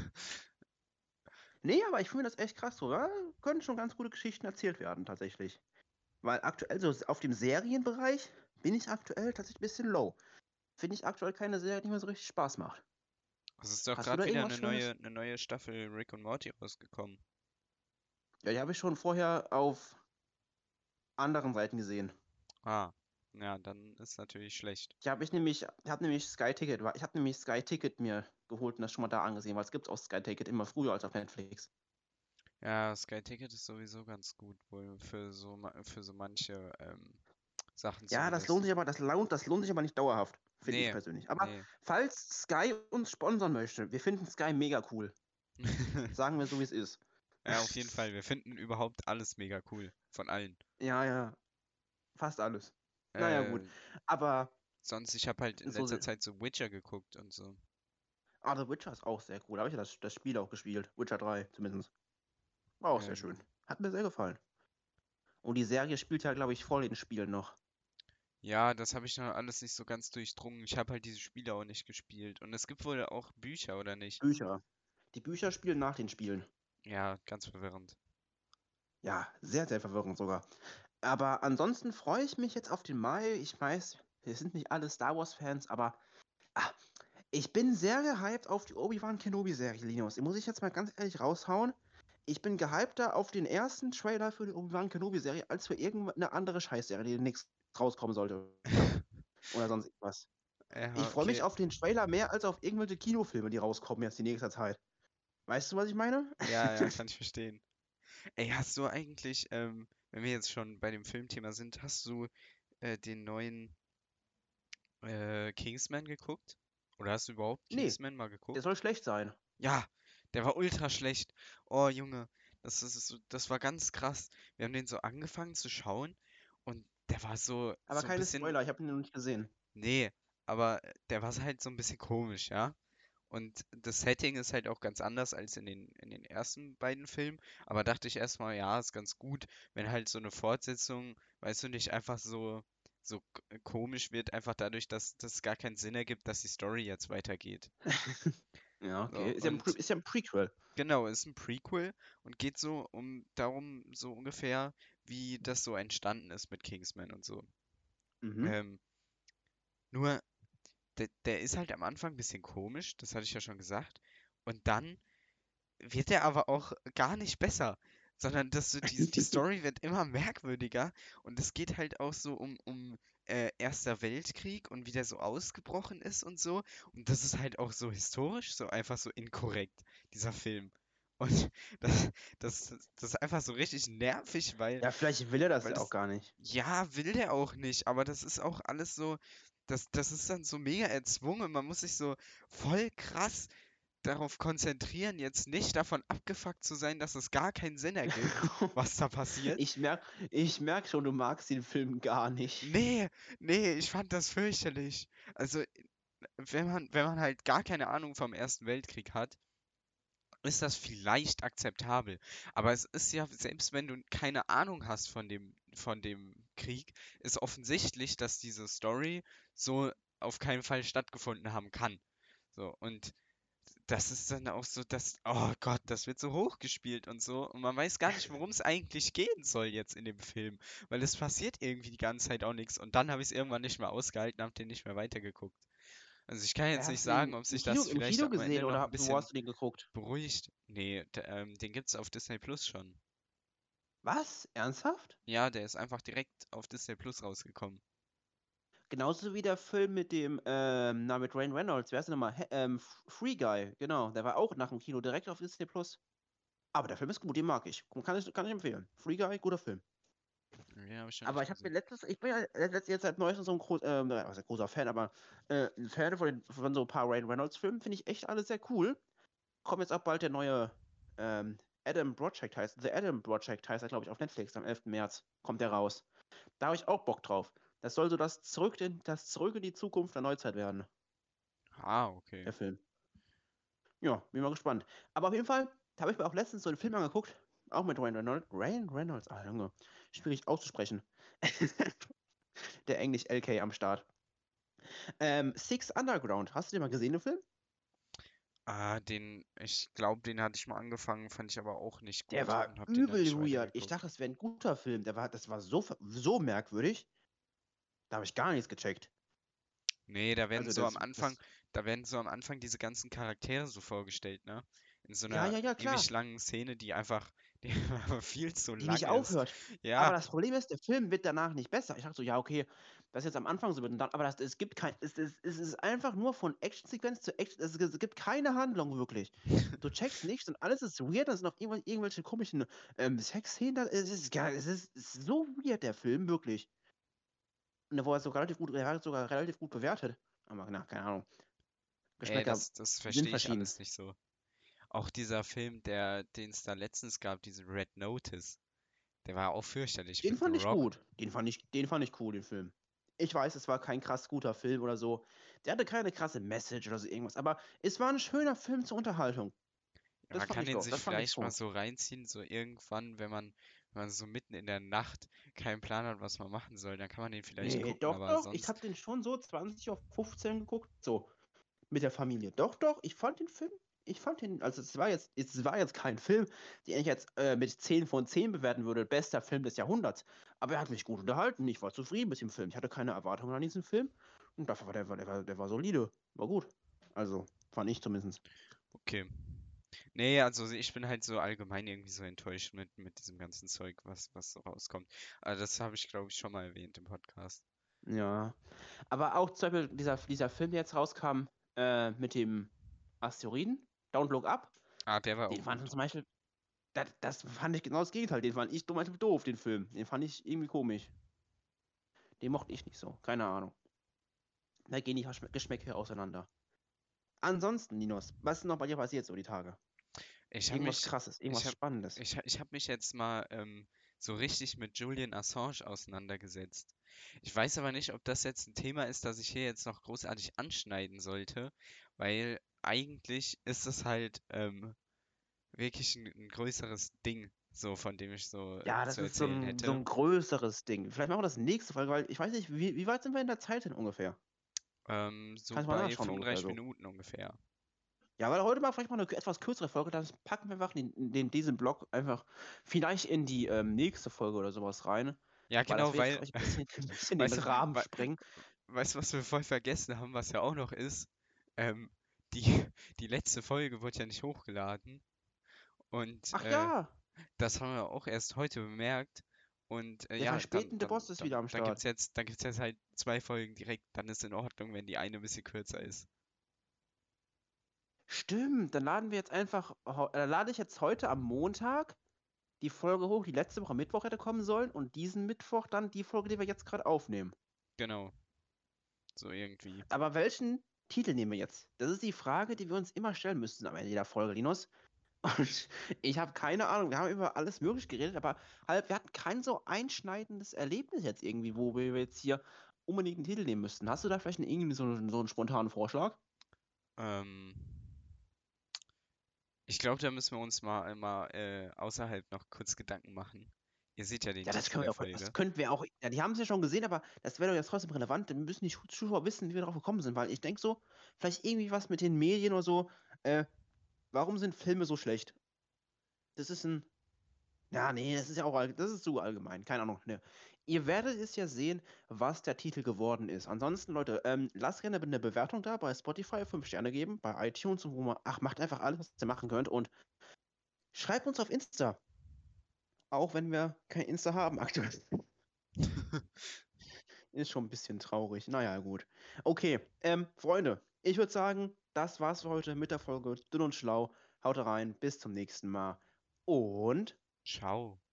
Nee, aber ich finde das echt krass so. Ja? Können schon ganz gute Geschichten erzählt werden, tatsächlich. Weil aktuell, so auf dem Serienbereich, bin ich aktuell tatsächlich ein bisschen low. Finde ich aktuell keine Serie, die mir so richtig Spaß macht. Es ist doch Hast du gerade da wieder irgendwas eine neue, Schönes? eine neue Staffel Rick und Morty rausgekommen. Ja, die habe ich schon vorher auf anderen Seiten gesehen. Ah, Ja, dann ist natürlich schlecht. Ich habe mich nämlich, ich habe nämlich Sky Ticket, ich habe nämlich Sky Ticket mir geholt und das schon mal da angesehen, weil es gibt auch Sky Ticket immer früher als auf Netflix. Ja, Sky Ticket ist sowieso ganz gut, wohl für so ma- für so manche ähm, Sachen Ja, das lohnt zumindest. sich aber, das lohnt, das lohnt sich aber nicht dauerhaft, finde ich Nee, persönlich. Aber nee. falls Sky uns sponsern möchte, wir finden Sky mega cool. Sagen wir so, wie es ist. Ja, auf jeden Fall. Wir finden überhaupt alles mega cool. Von allen. Ja, ja, fast alles. Naja, gut. Äh, Aber sonst, ich habe halt in so, letzter se- Zeit so Witcher geguckt und so. ah, The Witcher ist auch sehr cool. Da habe ich ja das, das Spiel auch gespielt. Witcher drei zumindest. War auch sehr schön. Ähm, Hat mir sehr gefallen. Und die Serie spielt ja, glaube ich, vor den Spielen noch. ja, das habe ich noch alles nicht so ganz durchdrungen. Ich habe halt diese Spiele auch nicht gespielt. Und es gibt wohl auch Bücher, oder nicht? Bücher. Die Bücher spielen nach den Spielen. Ja, ganz verwirrend. Ja, sehr, sehr verwirrend sogar. Aber ansonsten freue ich mich jetzt auf den Mai. Ich weiß, wir sind nicht alle Star Wars-Fans, aber ah, ich bin sehr gehypt auf die Obi-Wan Kenobi-Serie, Linus. Die muss ich jetzt mal ganz ehrlich raushauen. Ich bin gehypter auf den ersten Trailer für die Obi-Wan Kenobi-Serie als für irgendeine andere Scheißserie, die demnächst rauskommen sollte. Oder sonst irgendwas. Ich Ja, freue mich okay. auf den Trailer mehr als auf irgendwelche Kinofilme, die rauskommen jetzt in nächster Zeit. Weißt du, was ich meine? Ja, ja, kann ich verstehen. Ey, hast du eigentlich, ähm, wenn wir jetzt schon bei dem Filmthema sind, hast du äh, den neuen äh, Kingsman geguckt? Oder hast du überhaupt Nee, Kingsman mal der geguckt? soll schlecht sein. Ja, der war ultra schlecht. Oh, Junge, das ist, so- das war ganz krass. Wir haben den so angefangen zu schauen und der war so, Aber so ein keine bisschen, Spoiler, ich habe ihn noch nicht gesehen. nee, aber der war halt so ein bisschen komisch, ja? Und das Setting ist halt auch ganz anders als in den, in den ersten beiden Filmen. Aber dachte ich erstmal, ja, ist ganz gut, wenn halt so eine Fortsetzung, weißt du, nicht einfach so, so k- komisch wird, einfach dadurch, dass das gar keinen Sinn ergibt, dass die Story jetzt weitergeht. Ja, okay. So, Ist ja ein, Pre und ist ja ein Prequel. genau, ist ein Prequel und geht so um darum, so ungefähr, wie das so entstanden ist mit Kingsman und so. Mhm. Ähm, nur, der, der ist halt am Anfang ein bisschen komisch, das hatte ich ja schon gesagt. Und dann wird er aber auch gar nicht besser, sondern dass so die, die Story wird immer merkwürdiger und es geht halt auch so um, um äh, Erster Weltkrieg und wie der so ausgebrochen ist und so. Und das ist halt auch so historisch, so einfach so inkorrekt, dieser Film. Und das, das, das ist einfach so richtig nervig, weil, Ja, vielleicht will er das weil ja auch das, gar nicht. ja, will der auch nicht, aber das ist auch alles so, das, das ist dann so mega erzwungen. Man muss sich so voll krass darauf konzentrieren, jetzt nicht davon abgefuckt zu sein, dass es gar keinen Sinn ergibt, was da passiert. Ich merk, ich merk schon, du magst den Film gar nicht. Nee, nee, ich fand das fürchterlich. Also, wenn man, wenn man halt gar keine Ahnung vom Ersten Weltkrieg hat, ist das vielleicht akzeptabel. Aber es ist ja, selbst wenn du keine Ahnung hast von dem, von dem Krieg, ist offensichtlich, dass diese Story so auf keinen Fall stattgefunden haben kann. So, und das ist dann auch so, dass, oh Gott, das wird so hochgespielt und so. Und man weiß gar nicht, worum es eigentlich gehen soll jetzt in dem Film. Weil es passiert irgendwie die ganze Zeit auch nichts. Und dann habe ich es irgendwann nicht mehr ausgehalten, habe den nicht mehr weitergeguckt. Also ich kann Äh, jetzt nicht Hast du sagen, den ob im sich Kino, das im vielleicht Kino am Ende gesehen noch oder ein wo bisschen hast du den geguckt? beruhigt. Nee, d- ähm, den gibt's auf Disney Plus schon. Was? Ernsthaft? Ja, der ist einfach direkt auf Disney Plus rausgekommen. Genauso wie der Film mit dem, ähm, na, mit Ryan Reynolds, wer ist der nochmal? He- Ähm, F- Free Guy, genau. Der war auch nach dem Kino direkt auf Disney Plus. Aber der Film ist gut, den mag ich. Kann ich, kann ich empfehlen. Free Guy, guter Film. Den habe ich schon Aber nicht ich habe mir gesehen. letztes, ich bin ja letztes jetzt seit neuestem so ein groß, ähm, was ein großer Fan, aber äh, ein Fan von, den, von so ein paar Ryan Reynolds Filmen finde ich echt alle sehr cool. Kommt jetzt auch bald der neue ähm, Adam Project heißt, The Adam Project heißt er, glaube ich, auf Netflix am elften März kommt der raus. Da habe ich auch Bock drauf. Das soll so das Zurück in, das Zurück in die Zukunft der Neuzeit werden, Ah, okay. der Film. Ja, bin mal gespannt. Aber auf jeden Fall, da habe ich mir auch letztens so einen Film angeguckt, auch mit Ryan Reynolds. Ryan Reynolds, ah Junge, schwierig auszusprechen. Der Englisch L K am Start. Ähm, Six Underground, hast du den mal gesehen, den Film? Ah, den, ich glaube, den hatte ich mal angefangen, fand ich aber auch nicht Der gut war und habe den dann übel nicht weird. Ich weitergeguckt. dachte, das wäre ein guter Film. Der war, das war so, ver- so merkwürdig. Da habe ich gar nichts gecheckt. Nee, da werden Also so am das, Anfang, das, da werden so am Anfang diese ganzen Charaktere so vorgestellt, ne? In so ja, einer ja, ja, klar. ewig langen Szene, die einfach, Der war viel zu die nicht lang ist. aufhört. Aber Ja, das Problem ist, der Film wird danach nicht besser. Ich dachte so, ja, okay, das ist jetzt am Anfang so wird und dann, aber das, es gibt kein, es, es, es ist einfach nur von Actionsequenz zu Action, es, es gibt keine Handlung wirklich. Du checkst nichts und alles ist weird, da sind noch irgendwelche, irgendwelche komischen ähm, Sexszenen, da, es ist geil, es ist, es ist so weird, der Film, wirklich. Und der wurde sogar relativ gut, er hat sogar relativ gut bewertet. Aber na, keine Ahnung. ey, Geschmäcker das, das sind verstehe ich verschieden. alles nicht so. Auch dieser Film, der, den es da letztens gab, diesen Red Notice, der war auch fürchterlich Den mit The fand ich Rock. gut. Den fand ich, den fand ich cool, den Film. Ich weiß, es war kein krass guter Film oder so. Der hatte keine krasse Message oder so irgendwas, aber es war ein schöner Film zur Unterhaltung. Ja, Das man fand kann ich den doch, sich das fand ich vielleicht mal schon. so reinziehen, so irgendwann, wenn man, wenn man so mitten in der Nacht keinen Plan hat, was man machen soll, dann kann man den vielleicht Nee, gucken, doch, aber doch. Ich sonst, habe den schon so zwanzig auf fünfzehn geguckt. So, mit der Familie. Doch, doch. Ich fand den Film. Ich fand den, also es war jetzt, es war jetzt kein Film, den ich jetzt äh, mit zehn von zehn bewerten würde. Bester Film des Jahrhunderts. Aber er hat mich gut unterhalten. Ich war zufrieden mit dem Film. Ich hatte keine Erwartungen an diesen Film. Und dafür war der, der, war, der war solide. War gut. Also, fand ich zumindest. okay. Nee, also ich bin halt so allgemein irgendwie so enttäuscht mit, mit diesem ganzen Zeug, was, was so rauskommt. Aber das habe ich, glaube ich, schon mal erwähnt im Podcast. Ja. Aber auch zum Beispiel dieser, dieser Film, der jetzt rauskam, äh, mit dem Asteroiden, Don't Look Up, Ah, der war den auch fand ich gut. zum Beispiel, das, das fand ich genau das Gegenteil. Den fand ich zum Beispiel doof, den Film. Den fand ich irgendwie komisch. Den mochte ich nicht so. Keine Ahnung. Da gehen die Geschm- Geschmäcker auseinander. Ansonsten, Ninos, was ist noch bei dir passiert so die Tage? Ich habe Irgendwas mich, Krasses, ich irgendwas habe, Spannendes. ich, ha- ich habe mich jetzt mal ähm, so richtig mit Julian Assange auseinandergesetzt. Ich weiß aber nicht, ob das jetzt ein Thema ist, das ich hier jetzt noch großartig anschneiden sollte, weil eigentlich ist es halt ähm, wirklich ein, ein größeres Ding, so von dem ich so äh, Ja, das zu ist so erzählen ein, so hätte. ein größeres Ding. Vielleicht machen wir das nächste Folge, weil ich weiß nicht, wie, wie weit sind wir in der Zeit denn ungefähr? Ähm, so Kannst du mal bei nachschauen ungefähr fünfunddreißig so. Minuten ungefähr. Ja, weil heute mal vielleicht mal eine etwas kürzere Folge, dann packen wir einfach den, den, diesen Block einfach vielleicht in die ähm, nächste Folge oder sowas rein. Ja, Weil das genau, will jetzt, weil, glaube ich, ein bisschen, ein bisschen den weißt du, Rahmen wei- sprengen. weißt du, was wir voll vergessen haben, was ja auch noch ist? Ähm, die, die letzte Folge wurde ja nicht hochgeladen. Und Ach äh, ja, das haben wir auch erst heute bemerkt. Und äh, der ja, dann, verspätende dann, Boss ist wieder dann, am dann Start. gibt's jetzt, dann gibt's jetzt halt zwei Folgen direkt. Dann ist in Ordnung, wenn die eine ein bisschen kürzer ist. Stimmt, dann laden wir jetzt einfach, heu- äh, lade ich jetzt heute am Montag die Folge hoch, die letzte Woche Mittwoch hätte kommen sollen und diesen Mittwoch dann die Folge, die wir jetzt gerade aufnehmen. Genau, so irgendwie. Aber welchen Titel nehmen wir jetzt? Das ist die Frage, die wir uns immer stellen müssten am Ende jeder Folge, Linus. Und ich habe keine Ahnung, wir haben über alles Mögliche geredet, aber halt, wir hatten kein so einschneidendes Erlebnis jetzt irgendwie, wo wir jetzt hier unbedingt einen Titel nehmen müssten. Hast du da vielleicht einen, irgendwie so, so einen spontanen Vorschlag? Ähm, ich glaube, da müssen wir uns mal einmal äh, außerhalb noch kurz Gedanken machen. Ihr seht ja den Ja, das Titel können der wir auch, das Folge. könnten wir auch, ja, die haben es ja schon gesehen, aber das wäre doch jetzt trotzdem relevant, dann müssen die Schu- Zuschauer wissen, wie wir darauf gekommen sind, weil ich denke so, vielleicht irgendwie was mit den Medien oder so, äh, warum sind Filme so schlecht? Das ist ein, ja, nee, das ist ja auch, all- das ist so allgemein, keine Ahnung, ne. Ihr werdet es ja sehen, was der Titel geworden ist. Ansonsten, Leute, ähm, lasst gerne eine Bewertung da bei Spotify, fünf Sterne geben, bei iTunes, wo man, ach, macht einfach alles, was ihr machen könnt und schreibt uns auf Insta, auch wenn wir kein Insta haben aktuell. Ist schon ein bisschen traurig. Naja, gut. Okay, ähm, Freunde, ich würde sagen, das war's für heute mit der Folge Dünn und Schlau. Haut rein, bis zum nächsten Mal und Ciao.